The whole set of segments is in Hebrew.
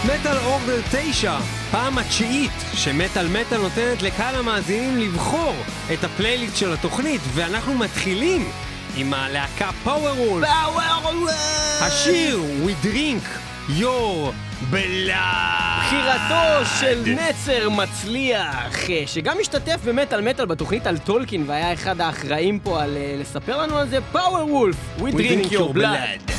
מטל אורדר 9, פעם התשיעית שמטל מטל נותנת לקהל המאזינים לבחור את הפלייליסט של התוכנית, ואנחנו מתחילים עם הלהקה פאוור וולף. השיר We Drink Your Blood, בחירתו של נצר מצליח, שגם משתתף במטל מטל בתוכנית על טולקין והיה אחד האחראים פה על לספר לנו על זה. פאוור וולף, We Drink Your Blood.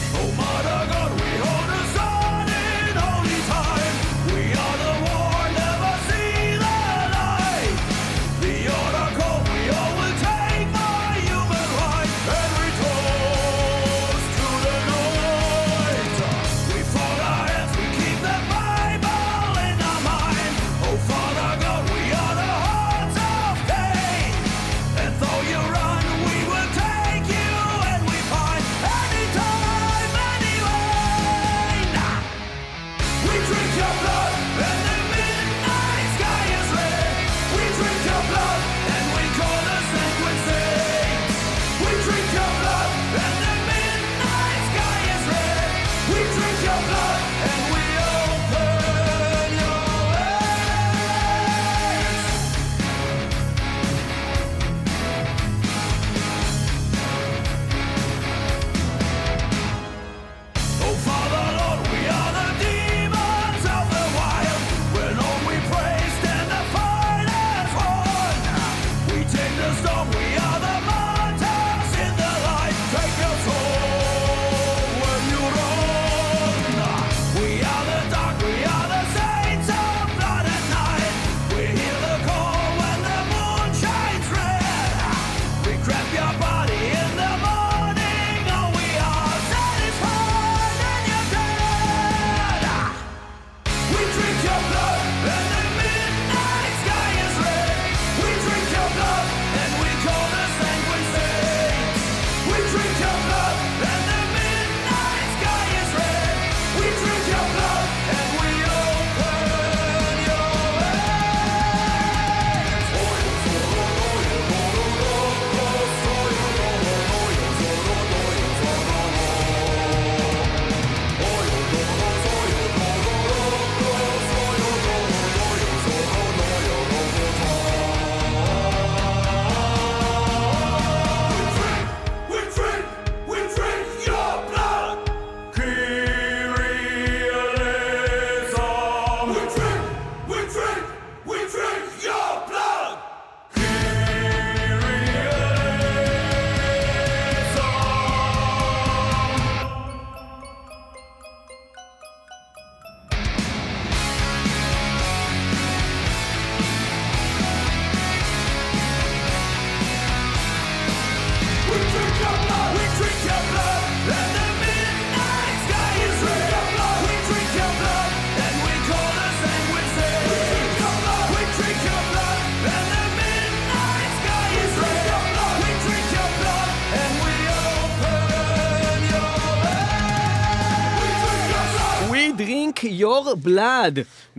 Your Blood,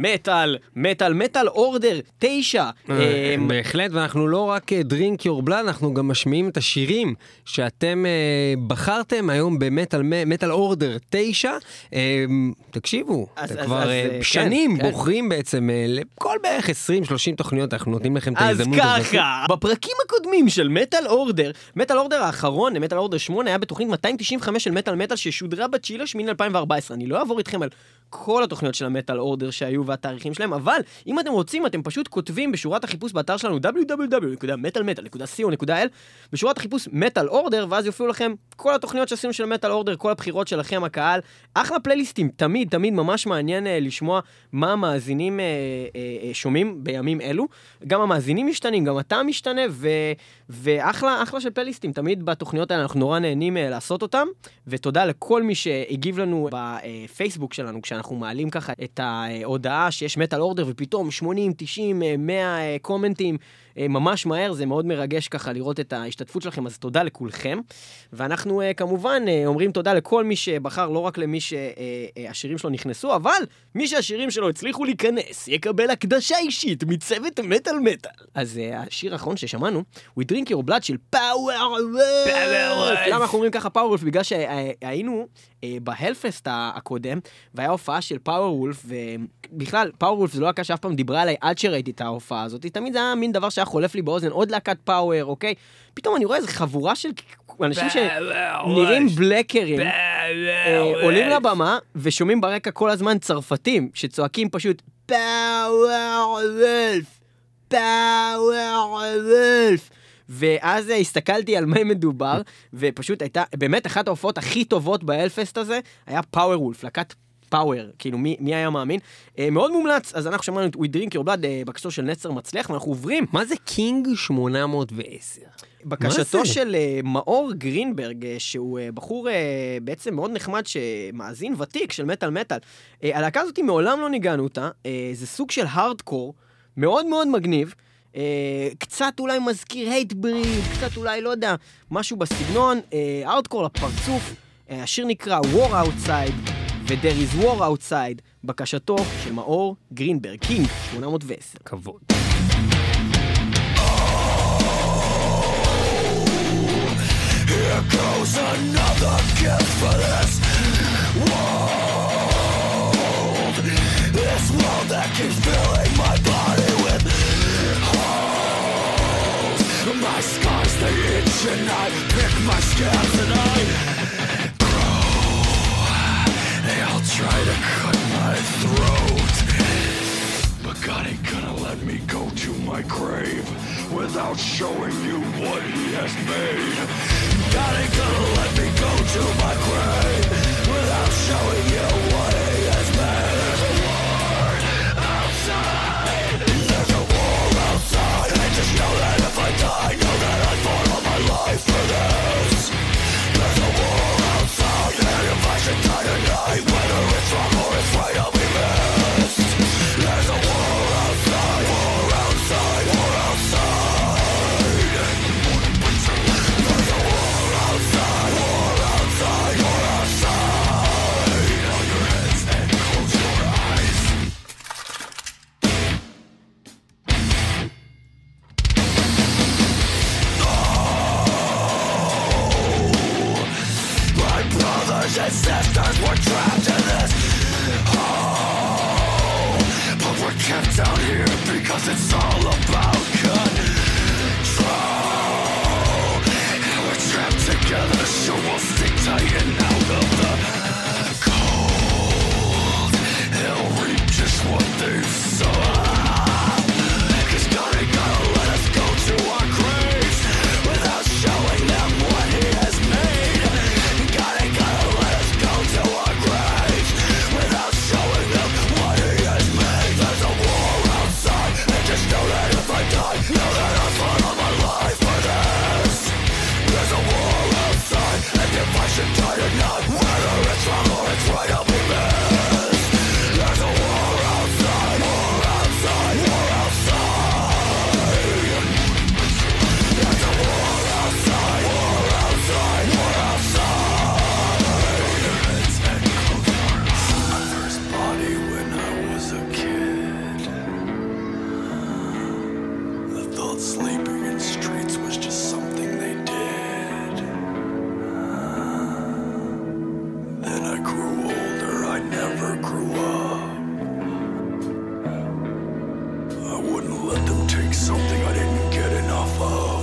מטל אורדר 9. בהחלט, ואנחנו לא רק Drink Your Blood, אנחנו גם משמיעים את השירים שאתם בחרתם היום במטל אורדר 9. תקשיבו, כבר שנים בוחרים בעצם לכל בערך 20-30 תוכניות, אנחנו נותנים לכם את ההזדמנות הזאת. אז ככה, בפרקים הקודמים של מטל אורדר האחרון, מטל אורדר 8, היה בתוכנית 295 של מטל ששודרה ב9 לשמיני 2014. אני לא אעבור איתכם על כל התוכניות של המטל אורדר שהיו והתאריכים שלהם, אבל אם אתם רוצים, אתם פשוט כותבים בשורת החיפוש באתר שלנו www.metalmetal.co.il, בשורת החיפוש מטל אורדר, ואז יופיעו לכם כל התוכניות שעשינו של מטל אורדר, כל הבחירות שלכם, הקהל. אחלה פלייליסטים, תמיד ממש מעניין לשמוע מה המאזינים שומעים בימים אלו. גם המאזינים משתנים, גם אתה משתנה, ואחלה של פלייליסטים, תמיד בתוכניות האלה אנחנו נורא נהנים לעשות אותם, ותודה לכל מי שהגיב לנו בפייסבוק שלנו, כשאנחנו מעלים ככה את ההודעה שיש מטל אורדר, ופתאום 80, 90, 100 קומנטים, ממש מהר, זה מאוד מרגש ככה לראות את ההשתתפות שלכם, אז תודה לכולכם. ואנחנו כמובן אומרים תודה לכל מי שבחר, לא רק למי שהשירים שלו נכנסו, אבל מי שהשירים שלו הצליחו להיכנס, יקבל הקדשה אישית מצוות מטל מטל. אז השיר האחרון ששמענו, We Drink Your Blood של Powerwolf. למה אנחנו אומרים ככה Powerwolf? בגלל שהיינו בהלפסט הקודם, והיה הופעה של Powerwolf, ובכלל, Powerwolf זה לא להקה שאף פעם דיברה עליי עד שראיתי את ההופעה הזאת, תמיד זה היה מין דבר שהיה חולף לי באוזן, עוד להקת פאוור, אוקיי? פתאום אני רואה איזו חבורה של אנשים שנראים בלקרים, עולים לבמה, ושומעים ברקע כל הזמן צרפתים, שצועקים פשוט, Powerwolf, Powerwolf. ואז הסתכלתי על מה מדובר, ופשוט הייתה, באמת אחת ההופעות הכי טובות באלפסט הזה, היה Powerwolf, להקת פאוור, כאילו מי היה מאמין? מאוד מומלץ, אז אנחנו שמענו את We Drink Your Blood, בקשתו של נצר מצליח, ואנחנו עוברים. מה זה קינג 810? בקשתו של מאור גרינברג, שהוא בחור בעצם מאוד נחמד, שמאזין ותיק של מטל מטל. הלהקה הזאת מעולם לא ניגענו אותה, זה סוג של הארדקור, מאוד מאוד מגניב, קצת אולי מזכיר הייטבריד, קצת אולי לא יודע, משהו בסגנון, הארדקור לפרצוף, השיר נקרא War Outside, ו-There is War Outside, בקשתו של מאור גרינברג, קינג 810. כבוד. Here goes another gift for this world. This world that keeps filling my body with holes. My scars, they itch and I pick my scabs and I I'll try to cut my throat, but God ain't gonna let me go to my grave without showing you what he has made. God ain't gonna let me go to my grave without showing you what he has made. There's a war outside. There's a war outside. I just know that if I die, know that I fought all my life for this. There's a war outside, and if I should die tonight, whether it's wrong or it's right, I'll be missed. There's a war outside, war outside, war outside. There's a war outside, war outside, war outside. Bow your heads and close your eyes. My brothers and sisters were trapped in this hole, but we're kept down here because it's all about control. And we're trapped together, so we'll stick tight and out of the cold. They'll reap just what they've sown. 'Cause God ain't gonna let us go to our graves without showing them what he has made. God ain't gonna let us go to our graves without showing them what he has made. There's a war outside, and just know that if I die, know that I fought all my life for this. There's a war outside, and if I should die tonight, whether it's wrong or it's right, I'll be missed. There's a war outside, war outside, war outside. There's a war outside, war outside, war outside. My first body when I was a kid. I thought sleeping in streets was just something they did. Then I grew older, I never grew up. I wouldn't let them take something I didn't get enough of.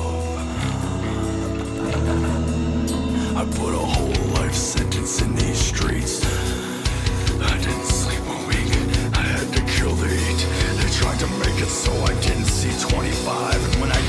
I put a whole life sentence in these streets. I didn't sleep a week, I had to kill to eat. They tried to make it so I didn't see 25, and when I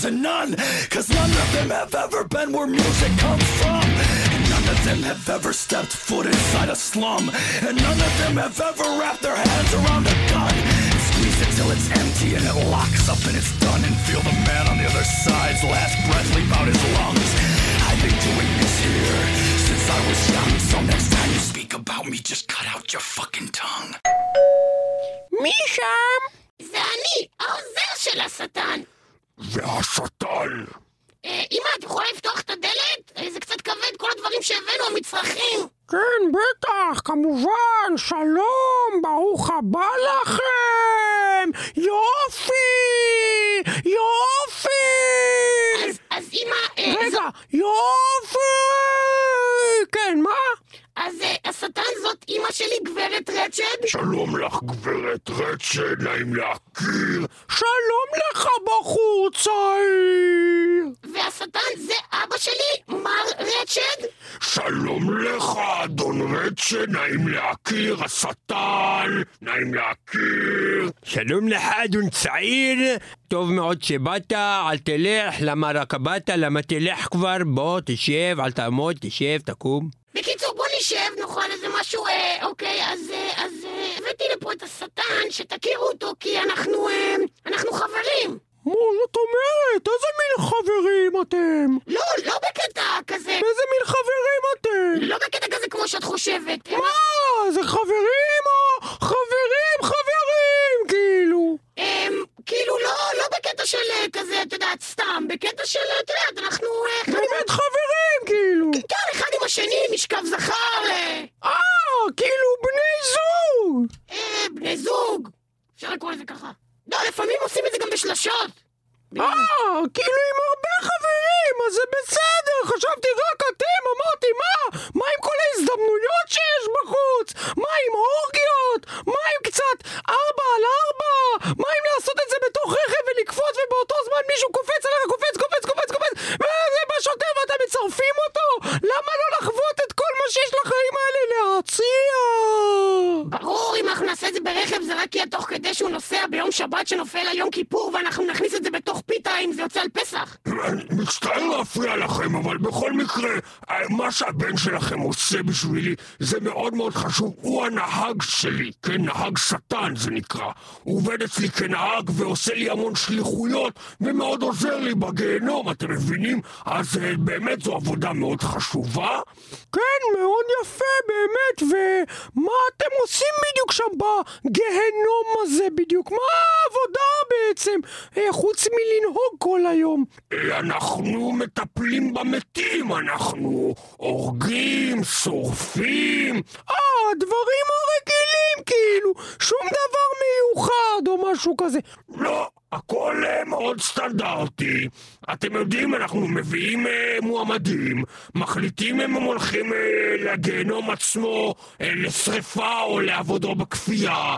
and none, cause none of them have ever been where music comes from. And none of them have ever stepped foot inside a slum. And none of them have ever wrapped their hands around a gun and squeezed it till it's empty and it locks up and it's done. And feel the man on the other side's last breath leap out his lungs. I've been doing this here since I was young. So next time you speak about me, just cut out your fucking tongue. מי שם? זה אני, העוזר של השטן. והשטן. אמא, את יכולה לפתוח את הדלת? זה קצת כבד, כל הדברים שהבאנו, המצרכים. כן, בטח, כמובן, שלום, ברוך הבא לכם! יופי! יופי! אז אמא... רגע, יופי! כן, מה? אז השטן זאת אמא שלי, גברת רצ'ד. שלום לך גברת רצ'ד, נעים להכיר. שלום לך בחור צעיר! והשטן זה אבא שלי, מר רצ'ד. שלום לך אדון רצ'ד, נעים להכיר. השטן, נעים להכיר. שלום לך אדון צעיר, טוב מאוד שבאת, אל תלך, למה רק באת, למה תלך כבר, בוא תשב, אל תעמוד, תשב, תקום. בקיצור, בוא נשב, נאכל איזה משהו, אוקיי, אז הבאתי לפה את השטן, שתכירו אותו, כי אנחנו חברים. מה זאת אומרת? איזה מין חברים אתם? לא בקטע כזה. איזה מין חברים אתם? לא בקטע כזה כמו שאת חושבת. מה? זה חברים או חברים, כאילו? כאילו לא בקטע של כזה, את יודעת, סתם, בקטע של, את יודעת, אנחנו... באמת חברים, כאילו? כן, אחד עם השני, משכב זכר. כאילו בני זוג! בני זוג. אפשר לקרוא לזה ככה. לא, לפעמים עושים את זה גם בשלשות. כאילו עם הרבה חברים, אז זה בסדר, חשבתי רק אתם, אמרתי מה עם כל ההזדמנויות שיש בחוץ? מה עם אורגיות? מה עם קצת 4 על 4? מה עם לעשות את זה בתוך רכב ולקפוץ ובאותו זמן מישהו קופץ עליך, קופץ וזה בשוטר ואתם מצרפים אותו? למה לא לחוות את כל מה שיש לחיים האלה להציע? ברור, אם אנחנו נעשה את זה ברכב זה רק יהיה תוך כדי שהוא נוסע ביום שבת שנופל על יום כיפור ואנחנו נכניס את זה בתוך פיתה אם זה יוצא על פסח. אני מצטער להפריע לכם, אבל בכל מקרה, מה שהבן שלכם עושה בשבילי זה מאוד מאוד חשוב. הוא הנהג שלי, כן, נהג שטן זה נקרא. הוא עובד אצלי כנהג ועושה לי המון שליחויות ומאוד עוזר לי בגיהנום, אתם מבינים? אז באמת זו עבודה מאוד חשובה. כן, מאוד יפה, באמת, ומה אתם עושים בדיוק שם בגיהנום הזה בדיוק? מה העבודה בעצם? חוץ מלנהוג כל היום. אנחנו מטפלים במתים, אנחנו הורגים, שורפים. דברים הרגילים כאילו, שום דבר מיוחד או משהו כזה. לא, הכל מאוד סטנדרטי. אתם יודעים, אנחנו מביאים מועמדים, מחליטים אם הם הולכים לגיהנום עצמו, לשריפה או לעבודה בכפייה.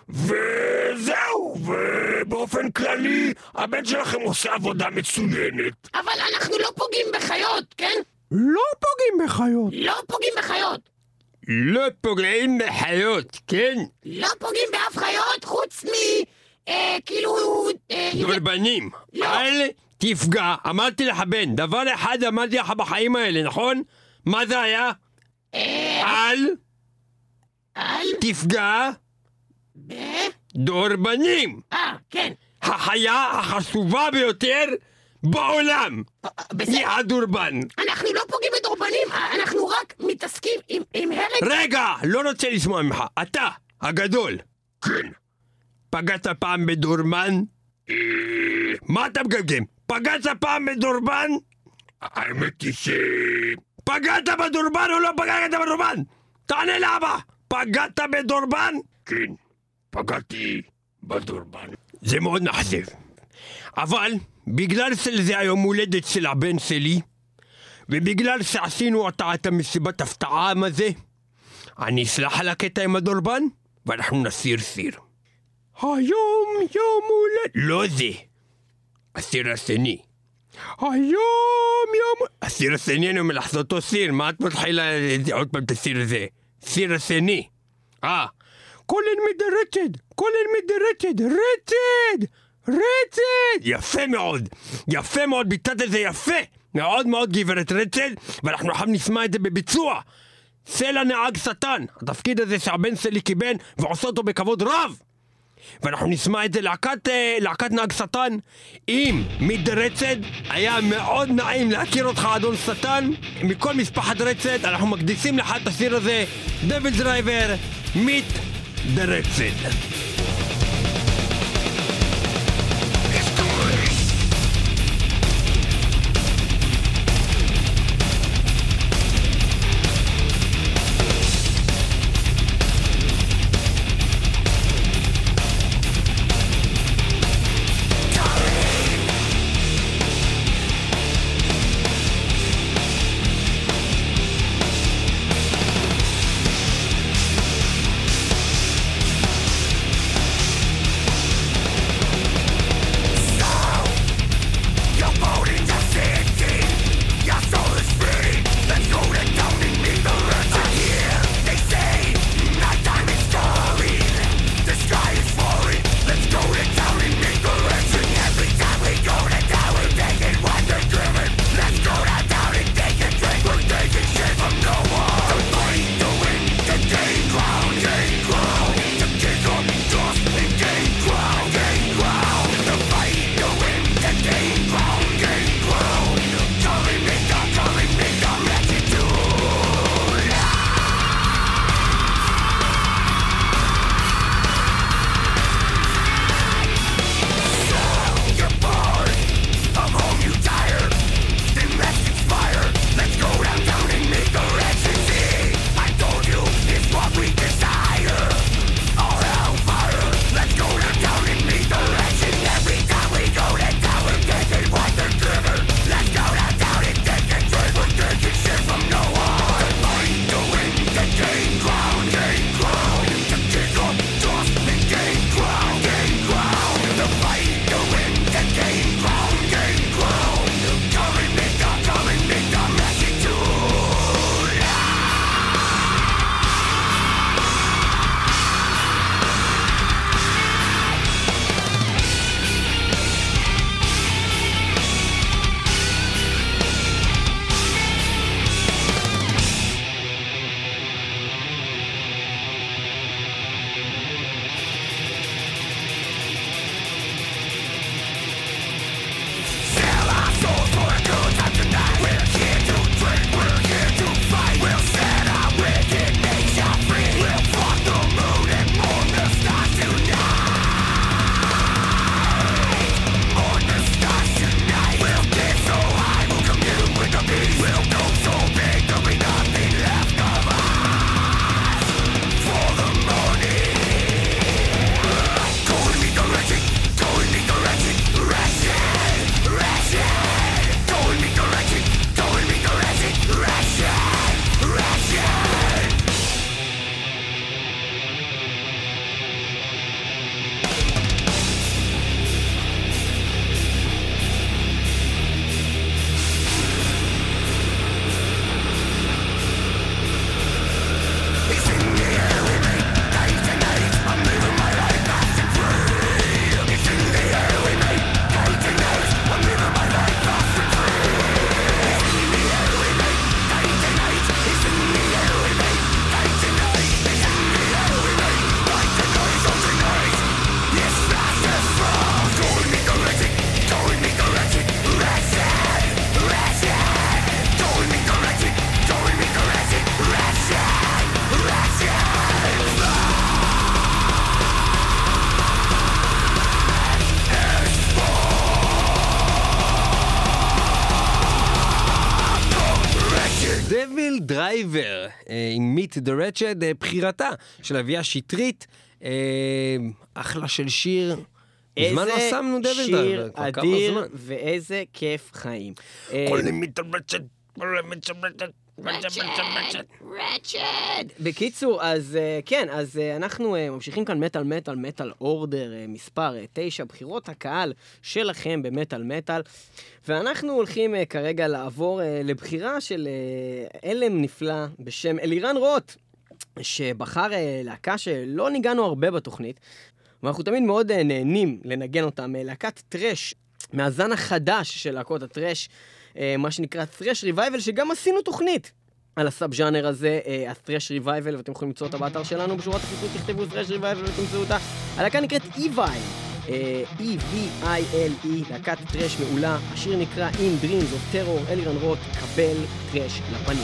וזהו, ובאופן כללי, הבן שלכם עושה עבודה מצוינת. אבל אנחנו לא פוגעים בחיות, כן? לא פוגעים בחיות. לא פוגעים בחיות. לא פוגעים בחיות, כן? לא פוגעים באף חיות חוץ כאילו... דורבנים, לא. אל תפגע, אמרתי לך בן, דבר אחד אמרתי לך בחיים האלה, נכון? מה זה היה? אל תפגע דורבנים. כן. החיה החשובה ביותר בעולם היא הדורבן. אנחנו לא פוגעים בדורבנים, אנחנו רק מתעסקים עם הרג... רגע, לא רוצה לשמוע ממך. אתה, הגדול. כן. פגעת פעם בדורבן? מה אתה מגמגם? פגעת פעם בדורבן? האמת היא פגעת בדורבן או לא פגעת בדורבן? תענה לאבא. פגעת בדורבן? כן, פגעתי בדורבן. זה מאוד נחשב. אבל בגלל שזה היום הולדת של הבן שלי, ובגלל שעשינו את המסיבת הפתעה הזה, אני אסלח על הקטע עם הדורבן, ואנחנו נסיר סיר. היום יום הולדת. לא זה. הסיר השני. היום יום... הסיר השני אני אומר לך, זה אותו סיר, מה את מתחילה עוד פעם את הסיר הזה? סיר השני. קולן מדרצ'ד, רצ'ד, רצד! יפה מאוד! יפה מאוד, ביטאת את זה יפה! מאוד מאוד גברת רצד, ואנחנו עכשיו נשמע את זה בביצוע! סלע נהג שטן, התפקיד הזה שהבן שלי קיבל ועושה אותו בכבוד רב! ואנחנו נשמע את זה להקת נהג שטן עם מיט רצד. היה מאוד נעים להכיר אותך אדון שטן. מכל משפחת רצד אנחנו מקדישים לך את השיר הזה, דביל דרייבר, מיט רצד. דביל דרייבר עם מיט דה רצ'ד, בחירתה של אביה שטרית, אחלה של שיר. מזמן לא שמנו דביל דרייבר, שיר אדיר ואיזה כיף חיים. קולים מיט דה רצ'ד, קולים מיט דה רצ'ד. רצ'ד! בקיצור, אז כן, אז אנחנו ממשיכים כאן מטל אורדר מספר 9, בחירות הקהל שלכם במטל מטל, ואנחנו הולכים כרגע לעבור לבחירה של אלם נפלא בשם אלירן רוט, שבחר להקה שלא ניגענו הרבה בתוכנית, ואנחנו תמיד מאוד נהנים לנגן אותם. להקת טרש, מהזן החדש של להקות הטרש, מה שנקרא טרש ריווייבל, שגם עשינו תוכנית על הסאב ז'אנר הזה, הטרש ריווייבל, ואתם יכולים למצוא אותה באתר שלנו, בשורת החיפוש תכתבו טרש ריווייבל ותמצאו אותה. הלהקה נקראת E-Vile, E-V-I-L-E, להקת טרש מעולה, השיר נקרא In Dreams of Terror, אלירן רוט, קבל טרש לפנים.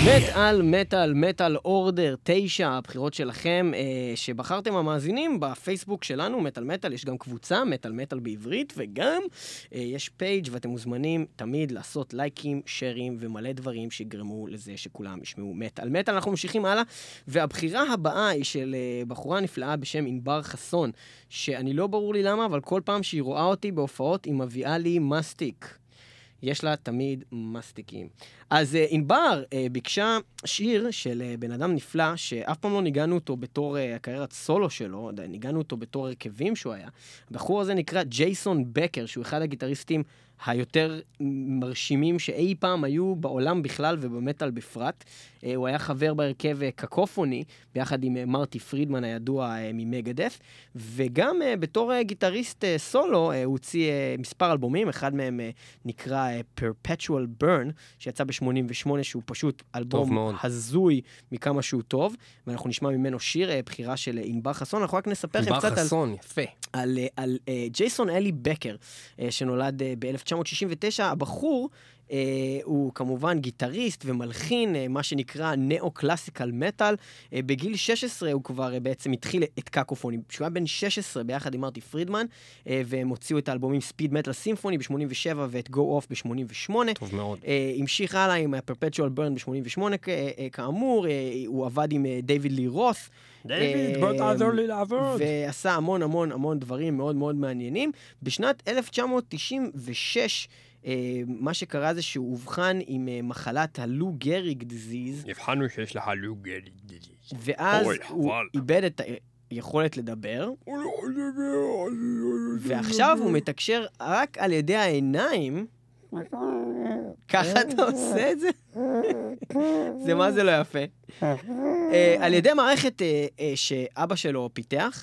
מטל אורדר 9, הבחירות שלכם שבחרתם המאזינים בפייסבוק שלנו, מטל, יש גם קבוצה, מטל בעברית, וגם יש פייג' ואתם מוזמנים תמיד לעשות לייקים, שרים ומלא דברים שיגרמו לזה שכולם ישמעו מטל. אנחנו ממשיכים הלאה, והבחירה הבאה היא של בחורה נפלאה בשם ענבר חסון, שאני לא ברור לי למה, אבל כל פעם שהיא רואה אותי בהופעות היא מביאה לי מסטיק. יש לה תמיד מסטיקים. אז ענבר ביקשה שיר של בן אדם נפלא, שאף פעם לא ניגענו אותו בתור הקריירת סולו שלו, ניגענו אותו בתור הרכבים שהוא היה. הבחור הזה נקרא ג'ייסון בקר, שהוא אחד הגיטריסטים היותר מרשימים שאי פעם היו בעולם בכלל ובמטל בפרט. הוא היה חבר בהרכב קקופוני, ביחד עם מרטי פרידמן הידוע ממגדף, וגם בתור גיטריסט סולו הוא הוציא מספר אלבומים, אחד מהם נקרא Perpetual Burn, שיצא ב-88, שהוא פשוט אלבום הזוי מכמה שהוא טוב, ואנחנו נשמע ממנו שיר, בחירה של ענבר חסון. אנחנו רק נספר לכם קצת על ג'ייסון אלי בקר, שנולד ב-1969. הבחור הוא כמובן גיטריסט ומלחין, מה שנקרא נאו-קלאסיקל מטל. בגיל 16 הוא כבר בעצם התחיל את קקופוני. כשהוא היה בן 16 ביחד עם מרטי פרידמן, והם הוציאו את האלבומים ספיד מטל סימפוני ב-87 ואת Go Off ב-88. טוב מאוד. המשיך הלאה עם Perpetual Burn ב-88 כאמור, הוא עבד עם דיוויד לי רוס. ועשה המון דברים מאוד מאוד מעניינים. בשנת 1996, מה שקרה זה שהוא הובחן עם מחלת הלו גריג דיזיז. הבחנו שיש לך הלו גריג דיזיז. ואז הוא איבד את היכולת לדבר. ועכשיו הוא מתקשר רק על ידי העיניים. ככה אתה עושה את זה? זה מה זה לא יפה. על ידי מערכת שאבא שלו פיתח,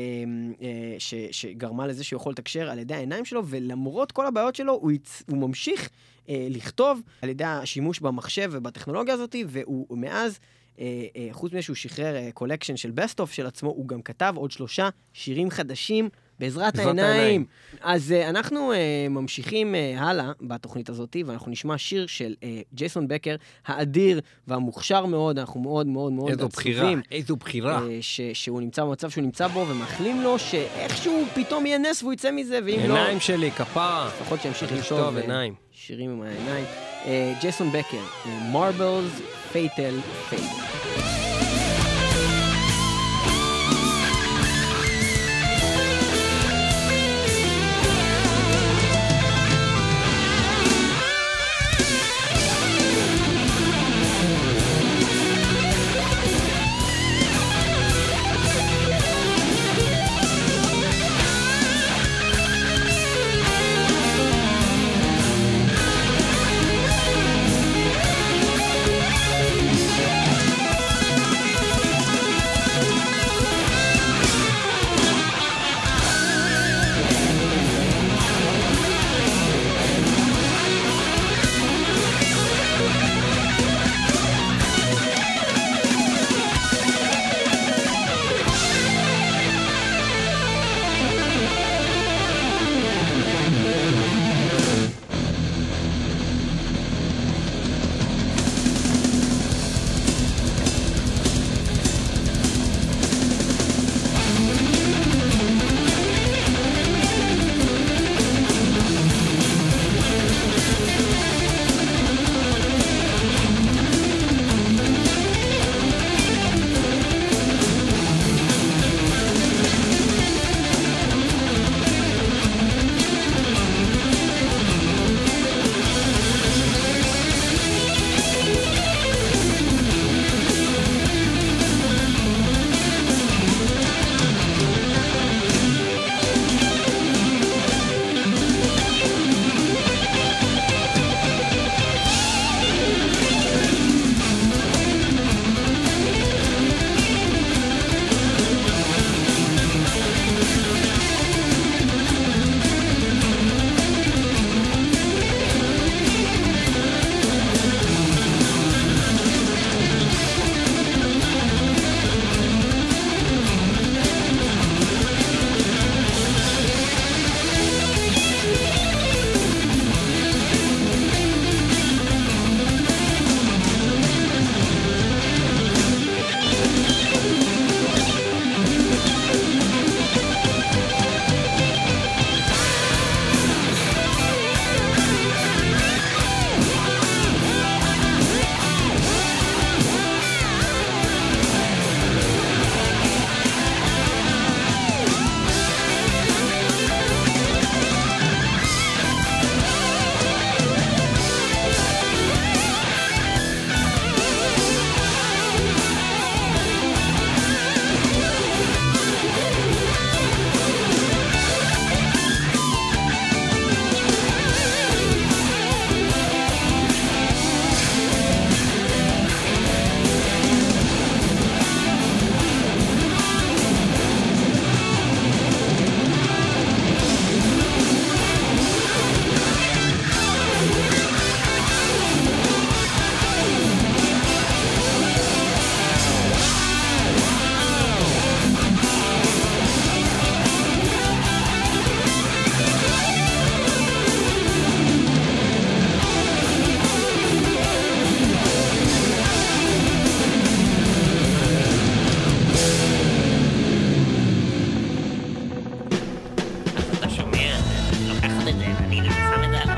שגרמה לזה שהוא יכול לתקשר על ידי העיניים שלו, ולמרות כל הבעיות שלו, הוא ממשיך לכתוב על ידי השימוש במחשב ובטכנולוגיה הזאת, והוא מאז, חוץ מזה שהוא שחרר קולקשן של בסט אוף של עצמו, הוא גם כתב עוד 3 שירים חדשים, בעזרת העיניים. אז אנחנו ממשיכים הלאה בתוכנית הזאת, ואנחנו נשמע שיר של ג'ייסון בקר, האדיר והמוכשר מאוד, אנחנו מאוד מאוד מאוד עצובים. איזו בחירה. שהוא נמצא במצב שהוא נמצא בו, ומאחלים לו שאיכשהו פתאום יהיה נס והוא יצא מזה, ואם לא... עיניים שלי, כפרה. לפחות שימשיך לכתוב שירים עם העיניים. ג'ייסון בקר, Marbles, Fatal Fate.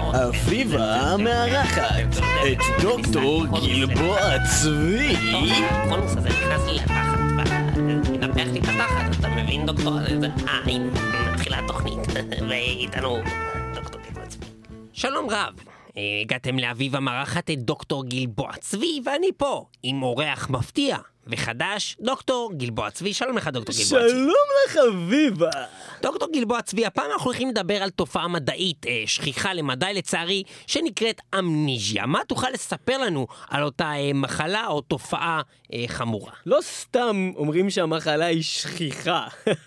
אביבה מארחת את דוקטור גלבוע צבי. הקונוס הזה נכנס לי לתחת, מנפח לי את התחת, אתה מבין דוקטור? הנה, מתחילה התוכנית, ואיתנו דוקטור גלבוע צבי. שלום רב, הגעתם לאביבה מארחת את דוקטור גלבוע צבי, ואני פה עם אורח מפתיע וחדש, דוקטור גלבוע צבי. שלום לך דוקטור גלבוע צבי. שלום לך אביבה. דוקטור גלבוע צבי, הפעם אנחנו הולכים לדבר על תופעה מדעית, שכיחה למדי לצערי, שנקראת אמניזיה. מה תוכל לספר לנו על אותה מחלה או תופעה חמורה? לא סתם אומרים שהמחלה היא שכיחה.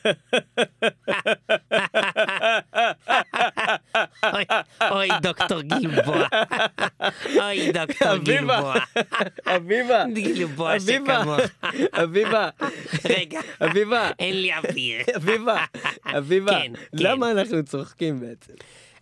אוי דוקטור גלבוע. אוי דוקטור גלבוע. אביבה. גלבוע שכמוך. אביבה. רגע, אביבה. אין לי אוויר. אביבה, כן. למה אנחנו צוחקים בעצם?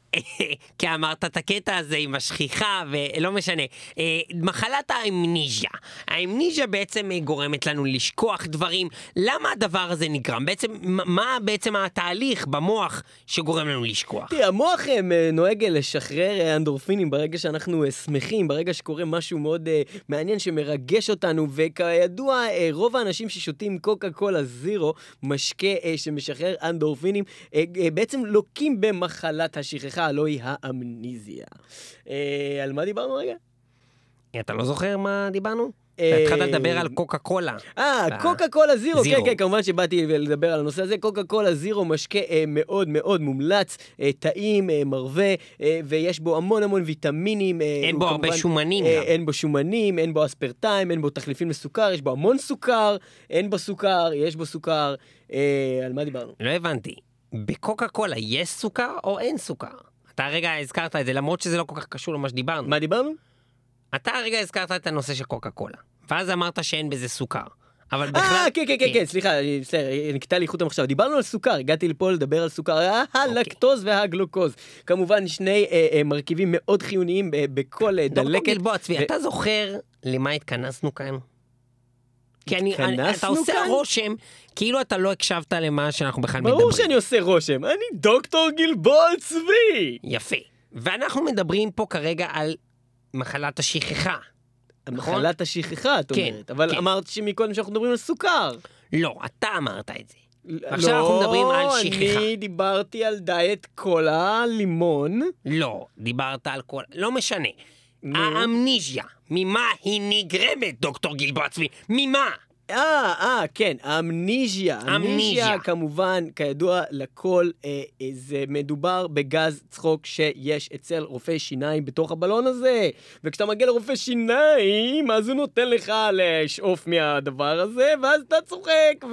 כי אמרת את הקטע הזה עם השכיחה, ולא משנה. מחלת האמניזיה. האמניזיה בעצם גורמת לנו לשכוח דברים. למה הדבר הזה נגרם? בעצם, מה בעצם התהליך במוח שגורם לנו לשכוח? תראה, המוח נוהג לשחרר אנדורפינים ברגע שאנחנו שמחים, ברגע שקורה משהו מאוד מעניין שמרגש אותנו, וכידוע, רוב האנשים ששותים קוקה קולה זירו, משקה שמשחרר אנדורפינים, בעצם לוקים במחלת השכחה. לא היא האמניזיה. על מה דיברנו רגע? אתה לא זוכר מה דיברנו? התחלת לדבר על קוקה קולה. קוקה קולה זירו, כן, כמובן שבאתי לדבר על הנושא הזה. קוקה קולה זירו משקה מאוד מאוד מומלץ, טעים, מרווה, ויש בו המון המון ויטמינים. אין בו הרבה שומנים גם. אין בו שומנים, אין בו אספרטיים, אין בו תחליפים לסוכר, יש בו המון סוכר, אין בו סוכר, יש בו סוכר. על מה דיברנו? לא הבנתי. בקוקה קולה יש סוכר או אין סוכר? אתה הרגע הזכרת את זה, למרות שזה לא כל כך קשור למה שדיברנו. מה דיברנו? אתה הרגע הזכרת את הנושא של קוקה קולה, ואז אמרת שאין בזה סוכר. אבל בכלל... כן, סליחה, נקטע לי חוט המחשבה. דיברנו על סוכר, הגעתי לפה לדבר על סוכר, הלקטוז והגלוקוז. כמובן, שני מרכיבים מאוד חיוניים בכל דלקת. דוקטור גלבוע צבי, אתה זוכר למה התכנסנו כאן? כי אתה עושה רושם, כאילו אתה לא הקשבת למה שאנחנו בכלל מדברים. ברור שאני עושה רושם, אני דוקטור גלבוע צבי. יפה. ואנחנו מדברים פה כרגע על מחלת השכחה. מחלת השכחה, את אומרת. אבל אמרת שמקודם שאנחנו מדברים על סוכר. לא, אתה אמרת את זה. עכשיו אנחנו מדברים על שכחה. לא, אני דיברתי על דיאט קולה, לימון. לא, דיברת על קולה, לא משנה. האמניזיה, ממה היא נגרמת, דוקטור גלבוע צבי? ממה? כן, האמניזיה כמובן, כידוע לכל, זה מדובר בגז צחוק שיש אצל רופא שיניים בתוך הבלון הזה, וכשאתה מגיע לרופא שיניים, אז הוא נותן לך לשאוף מהדבר הזה, ואז אתה צוחק,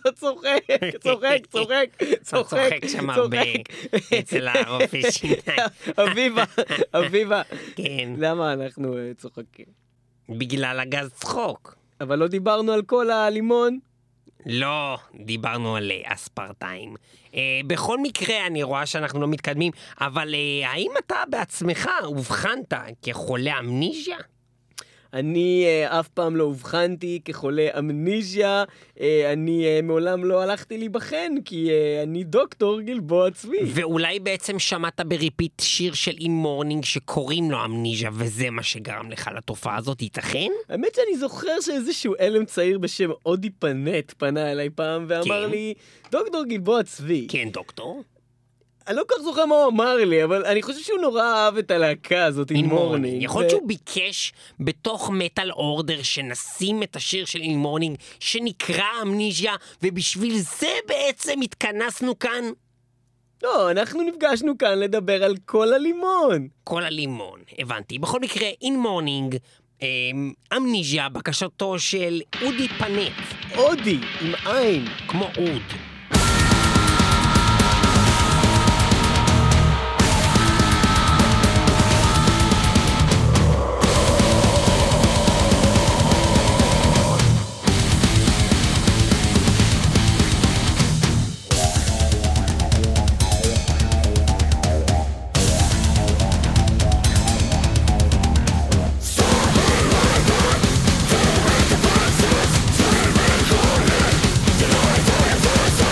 צוחק שם הרבה אצל הרופא שיניים. אביבה, כן. למה אנחנו צוחקים? בגלל הגז צחוק. אבל לא דיברנו על כל הלימון? לא, דיברנו על אספרטיים. בכל מקרה, אני רואה שאנחנו לא מתקדמים, אבל האם אתה בעצמך אובחנת כחולה אמניזיה? אני אף פעם לא אובחנתי כחולה אמניזיה, אני מעולם לא הלכתי להיבחן, כי אני דוקטור גלבוע צבי. ואולי בעצם שמעת בריפיט שיר של אין מורנינג שקוראים לו אמניזיה, וזה מה שגרם לך לתופעה הזאת, ייתכן? האמת שאני זוכר שאיזשהו אלם צעיר בשם אודי פנט פנה אליי פעם ואמר לי, דוקטור גלבוע צבי. כן, דוקטור? אני לא כך זוכר מה הוא אמר לי, אבל אני חושב שהוא נורא אהב את הלהקה הזאת, אין מורנינג. יכול להיות שהוא ביקש בתוך מטל אורדר שנשים את השיר של אין מורנינג שנקרא אמניזיה, ובשביל זה בעצם התכנסנו כאן? לא, אנחנו נפגשנו כאן לדבר על כל הלימון. כל הלימון, הבנתי. בכל מקרה, אין מורנינג, אמניזיה, בקשתו של אודי פנט. אודי, עם עין. כמו אוד. This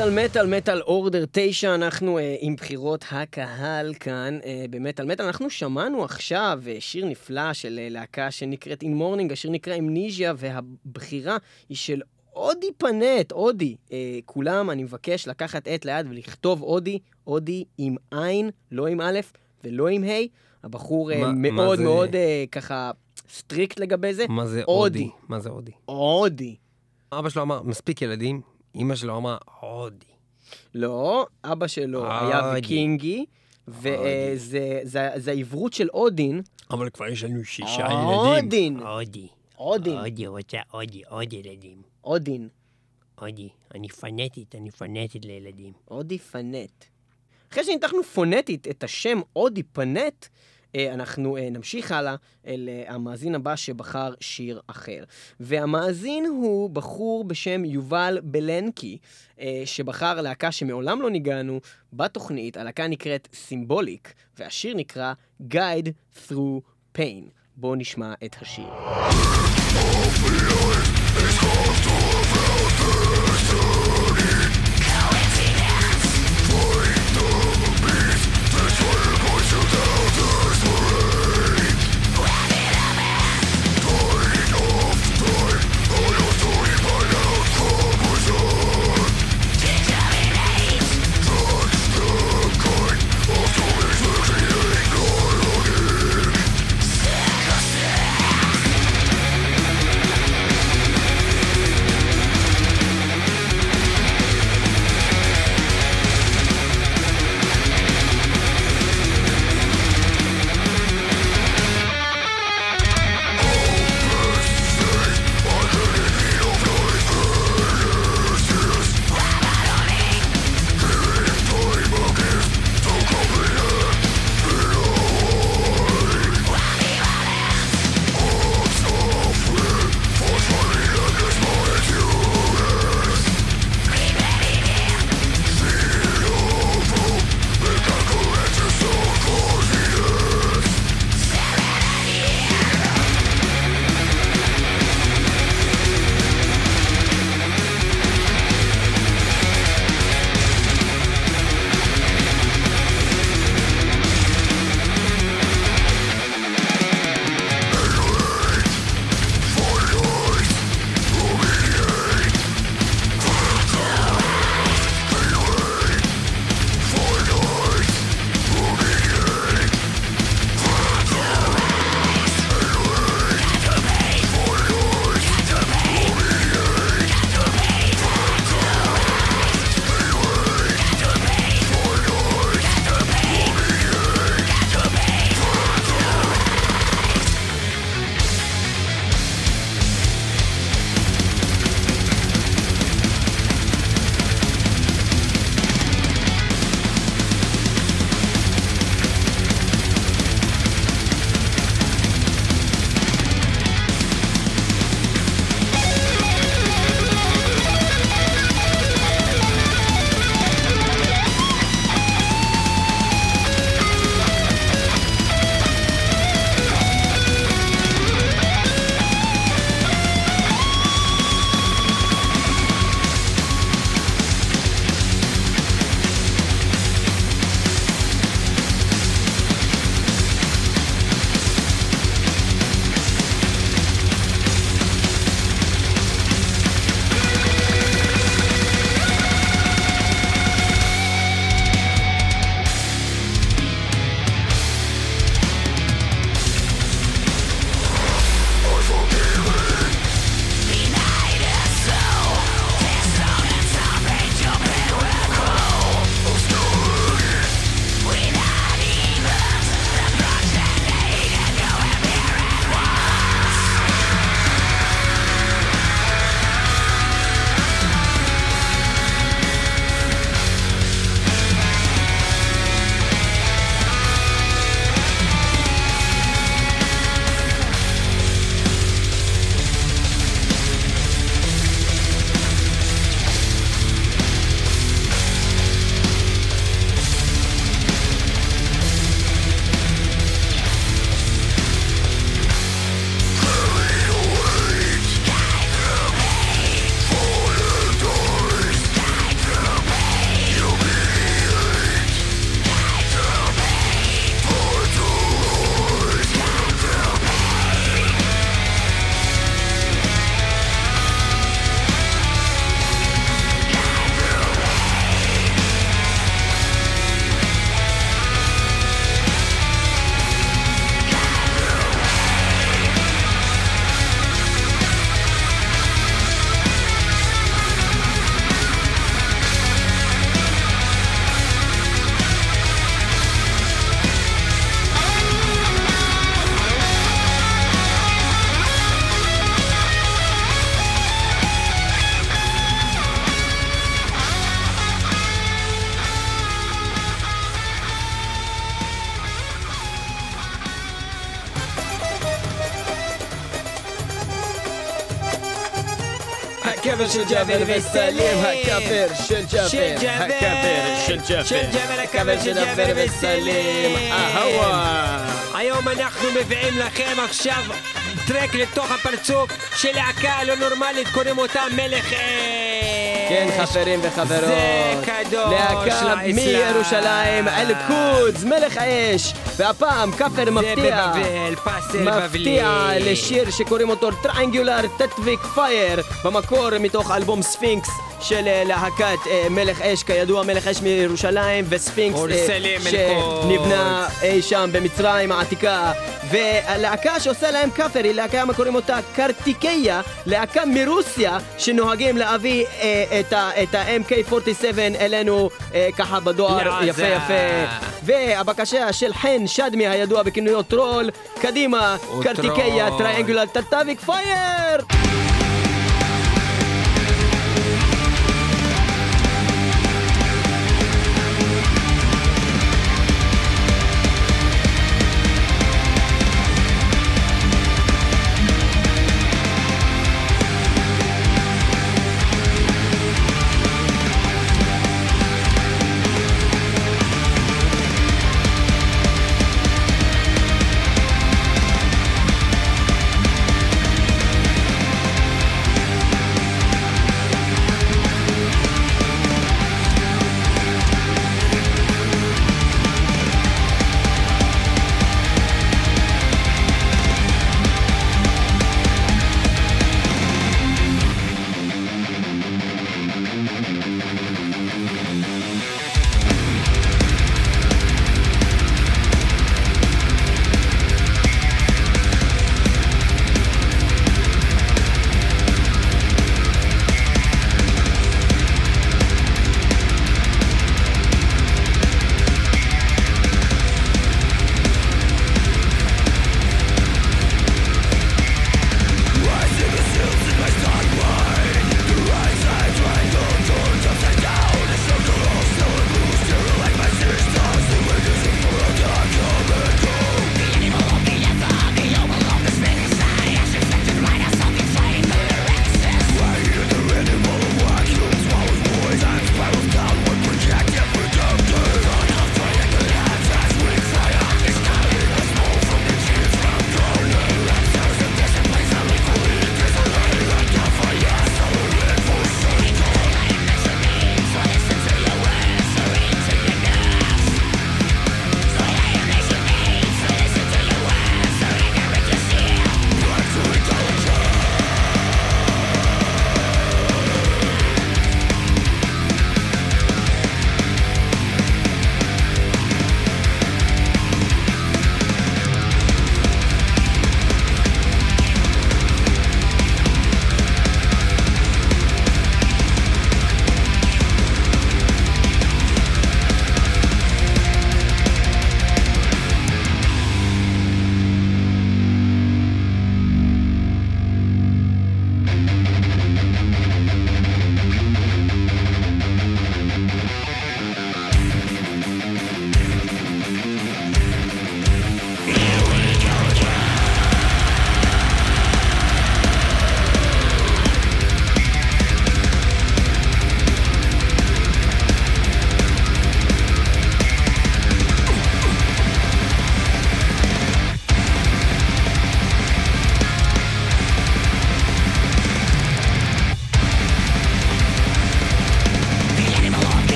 מטל אורדר 9, אנחנו עם בחירות הקהל כאן במטל מטל. אנחנו שמענו עכשיו שיר נפלא של להקה שנקראת In Morning, השיר נקרא אמניזיה, והבחירה היא של אודי פנט, אודי. כולם, אני מבקש לקחת את ליד ולכתוב אודי, אודי עם עין, לא עם א' ולא עם ה'. הבחור מאוד מאוד ככה סטריקט לגבי זה. מה זה אודי? מה זה אודי? אודי. אבא שלו אמר, מספיק ילדים, אמא שלו אמרה, אודי. לא, אבא שלו היה ויקינגי, וזה העברות של אודין. אבל כבר יש לנו 6 ילדים. אודין. אודי. אודין. אודי רוצה עוד ילדים. אודין. אודי, אני פנטית לילדים. אודי פנט. אחרי שניתחנו פונטית את השם אודי פנט, אנחנו נמשיך הלאה אל המאזין הבא שבחר שיר אחר. והמאזין הוא בחור בשם יובל בלנקי, שבחר להקה שמעולם לא ניגענו בתוכנית. הלהקה נקראת סימבוליק, והשיר נקרא Guide Through Pain. בואו נשמע את השיר. Guide הקבר של ג'אבר וסלים, הקבר של ג'אבר, הקבר של ג'אבר, הקבר של ג'אבר וסלים, היום אנחנו מביאים לכם עכשיו טרק לתוך הפרצוף של להקה לא נורמלית, קוראים אותה מלך אש. כן, חברים וחברות, זה קדוש להקה לאסלאם. מירושלים, אל-קודס, מלך האש, והפעם כפר מפתיע, זה בבבל, פאסל בבלי. מפתיע לשיר שקוראים אותו טריינגולר טטוויק פייר, במקור מתוך אלבום ספינקס של להקת מלך אש. כידוע מלך אש מירושלים וספינקס אורסלם שנבנה אי שם במצרים העתיקה, והלהקה שעושה להם כפר היא להקה קוראים אותה קרטיקיה, להקה מרוסיה שנוהגים להביא את ה-MK47 אלינו ככה בדואר יפה יפה. והבקשה של חן שדמי הידוע בכינויו טרול, קדימה קרטיקיה טריינגולר טטוויק פייר.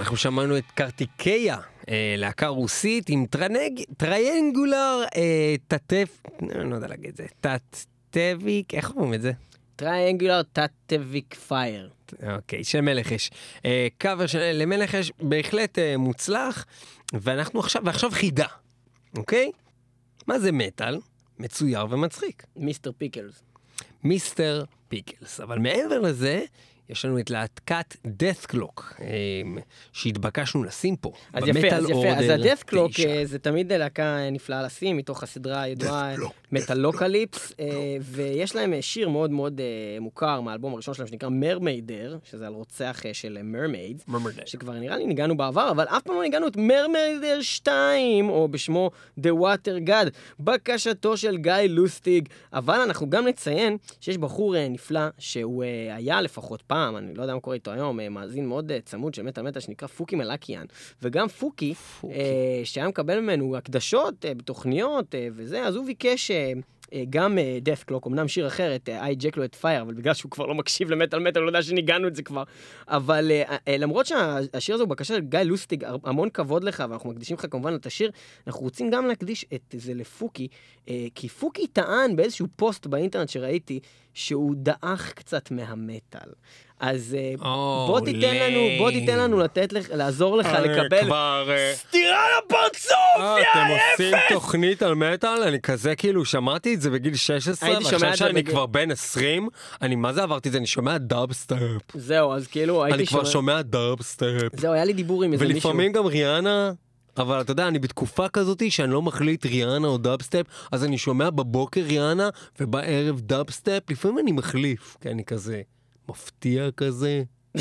אנחנו שמענו את קרטיקיה, להקה רוסית עם טריינגולר, לא יודע להגיד את זה, טטביק, איך אומרים את זה? טריינגולר טטביק פייר. אוקיי, של מלך אש. קאבר למלך אש בהחלט מוצלח, ואנחנו עכשיו חידה, אוקיי? מה זה מטל? מצויר ומצחיק. מיסטר פיקלס. מיסטר פיקלס. אבל מעבר לזה, יש לנו את להקת Death Clock, שהתבקשנו לשים פה. אז יפה, אז ה-Death Clock זה תמיד להקה נפלאה לשים, מתוך הסדרה הידועה מטלוקליפס, ויש להם שיר מאוד מאוד מוכר מהאלבום הראשון שלהם, שנקרא מרמיידר, שזה על רוצח של מרמיידס, שכבר נראה לי ניגענו בעבר, אבל אף פעם לא ניגענו את מרמיידר 2, או בשמו The Water God, בקשתו של גיא לוסטיג, אבל אנחנו גם נציין שיש בחור נפלא, שהוא היה לפחות פעם, אני לא יודע מה קורה איתו היום, מאזין מאוד צמוד של מטל שנקרא פוקי מלאקיאן, וגם פוקי, שהיה מקבל ממנו הקדשות בתוכניות וזה, אז הוא ביקש גם Death Clock, אמנם שיר אחר, את I Jack לו את Fire, אבל בגלל שהוא כבר לא מקשיב למטל, לא יודע שניגענו את זה כבר, אבל למרות שהשיר הזה הוא בקשה של גיא לוסטיג, המון כבוד לך, ואנחנו מקדישים לך כמובן את השיר, אנחנו רוצים גם להקדיש את זה לפוקי, כי פוקי טען באיזשהו פוסט באינטרנט שראיתי, שהוא דאח קצת מהמטל. אז בוא תיתן לנו לעזור לך לקבל סתירה לפרצוף, אתם עושים תוכנית על מטל? אני כזה כאילו שמעתי את זה בגיל 16, ועכשיו שאני כבר בן 20, אני מה זה עברתי את זה? אני שומע דאבסטאפ. זהו, אז כאילו אני כבר שומע דאבסטאפ. זהו, היה לי דיבור עם איזה מישהו. ולפעמים גם ריאנה, אבל אתה יודע, אני בתקופה כזאת שאני לא מחליט ריאנה או דאבסטאפ, אז אני שומע בבוקר ריאנה ובערב דאבסטאפ, לפעמים אני מחליף, כי אני כזה מפתיע כזה.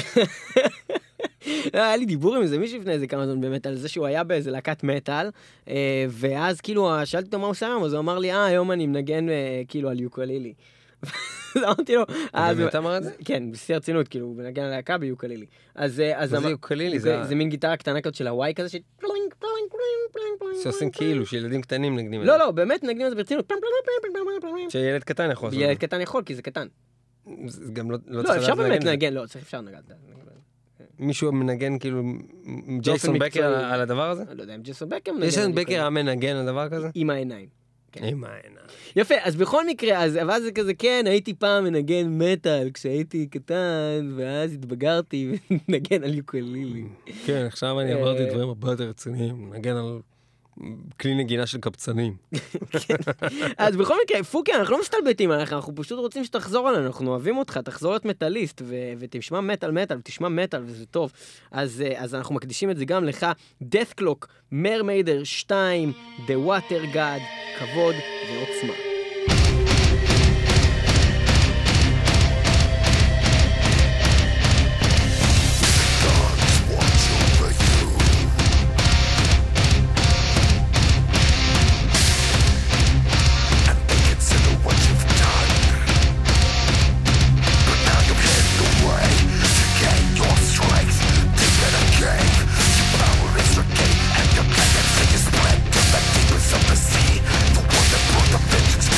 היה לי דיבור עם איזה מישהו לפני איזה כמה זמן באמת על זה שהוא היה באיזה להקת מטל, ואז כאילו שאלתי אותו מה הוא עושה היום, אז הוא אמר לי, היום אני מנגן כאילו על יוקלילי. אז אמרתי לו, באמת אמר את זה? כן, בשיא הרצינות, כאילו, הוא מנגן על להקה ביוקלילי. זה יוקלילי? זה מין גיטרה קטנה כזאת של הוואי כזה, שעושים כאילו, שילדים קטנים נגנים את זה. לא, באמת נגנים את זה ברצינות. שילד קטן יכול. ילד קטן יכול, כי זה קטן. זה גם לא צריך אפשר באמת לנגן, לא, אפשר לנגן. מישהו מנגן כאילו ג'ייסון בקר על הדבר הזה? לא יודע אם ג'ייסון בקר מנגן. ג'ייסון בקר היה מנגן על דבר כזה? עם העיניים. עם העיניים. יפה, אז בכל מקרה, אז זה כזה, כן, הייתי פעם מנגן מטל כשהייתי קטן, ואז התבגרתי ונגן על יוקלילי. כן, עכשיו אני עברתי דברים הרבה יותר רציניים, נגן על כלי נגינה של קבצנים. אז בכל מקרה, פוקי, אנחנו לא מסתלבטים עליך, אנחנו פשוט רוצים שתחזור עלינו, אנחנו אוהבים אותך, תחזור להיות מטליסט, ותשמע מטל, ותשמע מטל, וזה טוב. אז אנחנו מקדישים את זה גם לך, Death Clock, מרמיידר 2, The Water God, כבוד ועוצמה. Of the sea, the one that brought the vengeance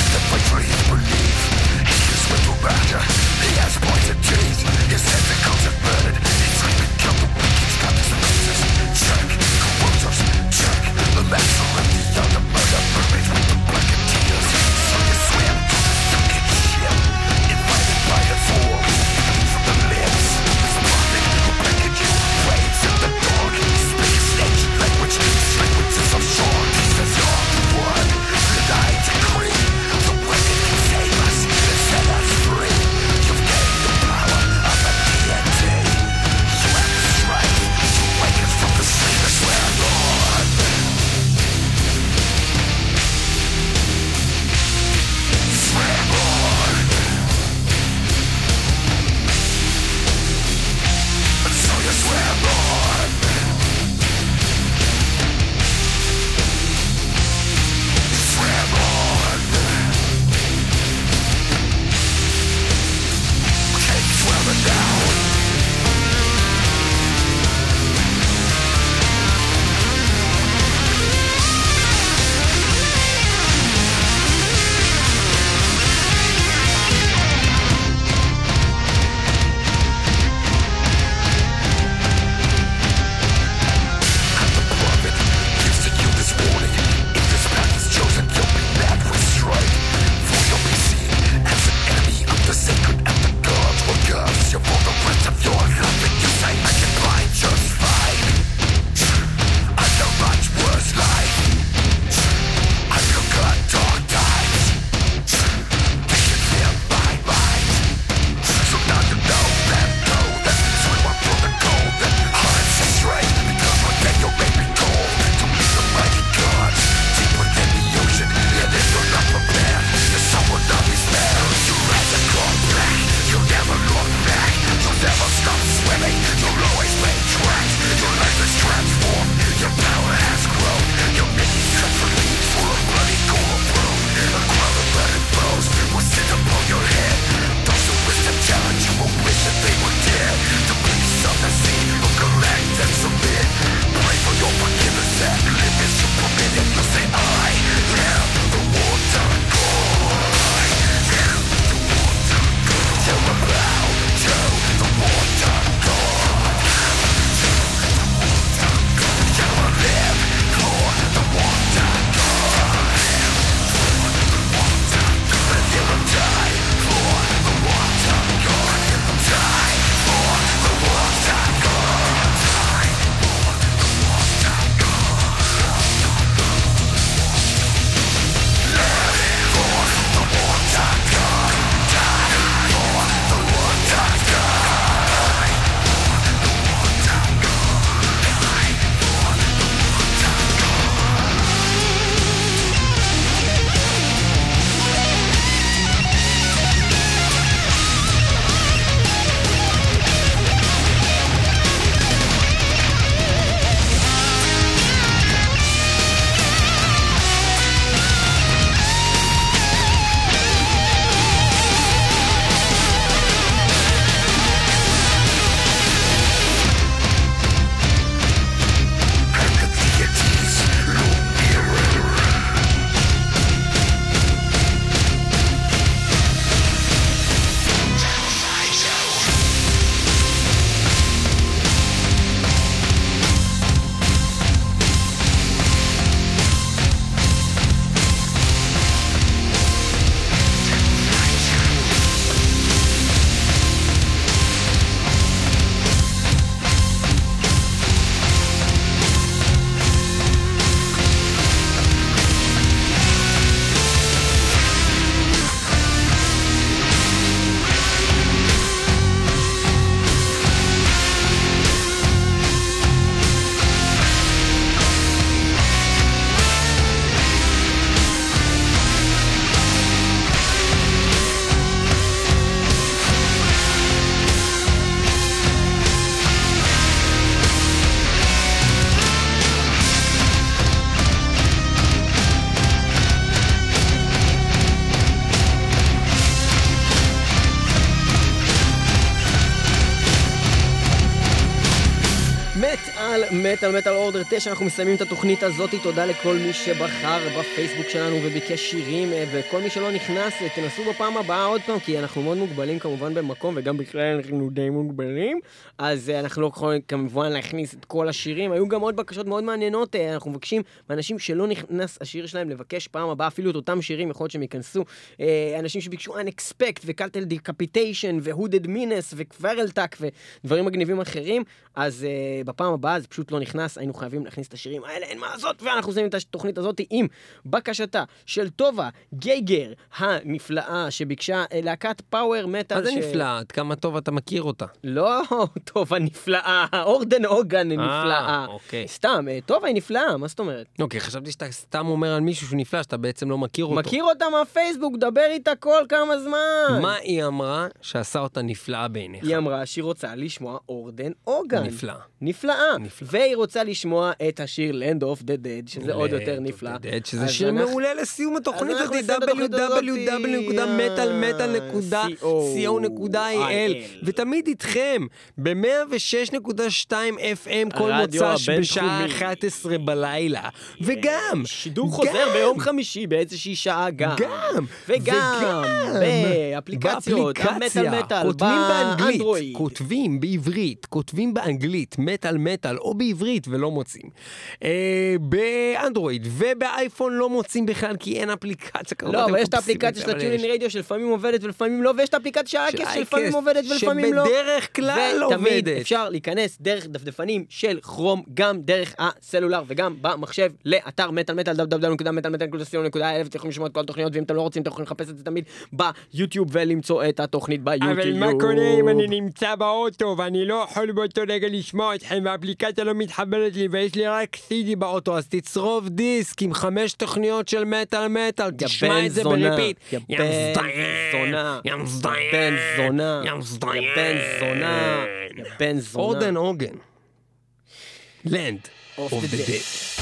מטל אורדר 9, אנחנו מסיימים את התוכנית הזאת. תודה לכל מי שבחר בפייסבוק שלנו וביקש שירים, וכל מי שלא נכנס, תנסו בפעם הבאה עוד פעם, כי אנחנו מאוד מוגבלים כמובן במקום, וגם בכלל אנחנו די מוגבלים, אז אנחנו לא יכולים כמובן להכניס את כל השירים. היו גם עוד בקשות מאוד מעניינות, אנחנו מבקשים מאנשים שלא נכנס השיר שלהם לבקש פעם הבאה אפילו את אותם שירים, יכול להיות שהם ייכנסו. אנשים שביקשו Unexpect וקלטל דיקפיטיישן והודד מינס וקוורלטק ודברים מגניבים אחרים, אז בפעם הבאה זה פשוט לא נכנס, היינו חייבים להכניס את השירים האלה, אין מה לעשות, ואנחנו עושים את התוכנית הזאת עם בקשתה של טובה גייגר הנפלאה, שביקשה להקת פאוור מטל. מה זה נפלאה? עד כמה טוב אתה מכיר אותה? לא טובה נפלאה, אורדן אוגן נפלאה. אוקיי. סתם, טובה היא נפלאה, מה זאת אומרת? אוקיי, חשבתי שאתה סתם אומר על מישהו שהוא נפלא, שאתה בעצם לא מכיר אותו. מכיר אותה מהפייסבוק, דבר איתה כל כמה זמן. מה היא אמרה שעשה אותה נפלאה בעיניך? היא אמרה שהיא רוצה לשמוע אורדן אוגן. נפלאה. נפלאה. והיא רוצה לשמוע את השיר Land of the Dead, שזה עוד יותר נפלא. שזה שיר מעולה לסיום התוכנית הזאת, www.metalmetal.co.il, ותמיד איתכם ב-106.2 FM כל מוצ"ש בשעה 11 בלילה. וגם שידור חוזר ביום חמישי באיזושהי שעה גם. וגם באפליקציות, המטל מטל, כותבים באנגלית, באנדרואיד. כותבים בעברית, כותבים באנגלית, מטל, או בעברית ולא מוצאים. באנדרואיד ובאייפון לא מוצאים בכלל, כי אין אפליקציה. לא, אבל יש את האפליקציה של הטיונין רדיו שלפעמים עובדת ולפעמים לא, ויש את האפליקציה של אייקס שלפעמים עובדת ולפעמים לא. שבדרך כלל עובדת. ותמיד אפשר להיכנס דרך דפדפנים של כרום, גם דרך הסלולר וגם במחשב, לאתר מטל, www.metalmetal.co.il. אתם יכולים לשמוע את כל התוכניות, ואם אתם לא רוצים, אתם יכולים לחפש את זה תמיד ביוטיוב ולמצוא את התוכנית ביוטיוב. אבל מה קורה אם אני נמצא באוטו ואני לא יכול באותו רגע לשמוע אתכם והאפליקציה לא מתחברת לי ויש לי רק CD באוטו, אז תצרוב דיסק עם 5 תוכניות של מטל, תשמע את זה בריפיט. יא בן זונה. אורדן אוגן. Land of the Dead.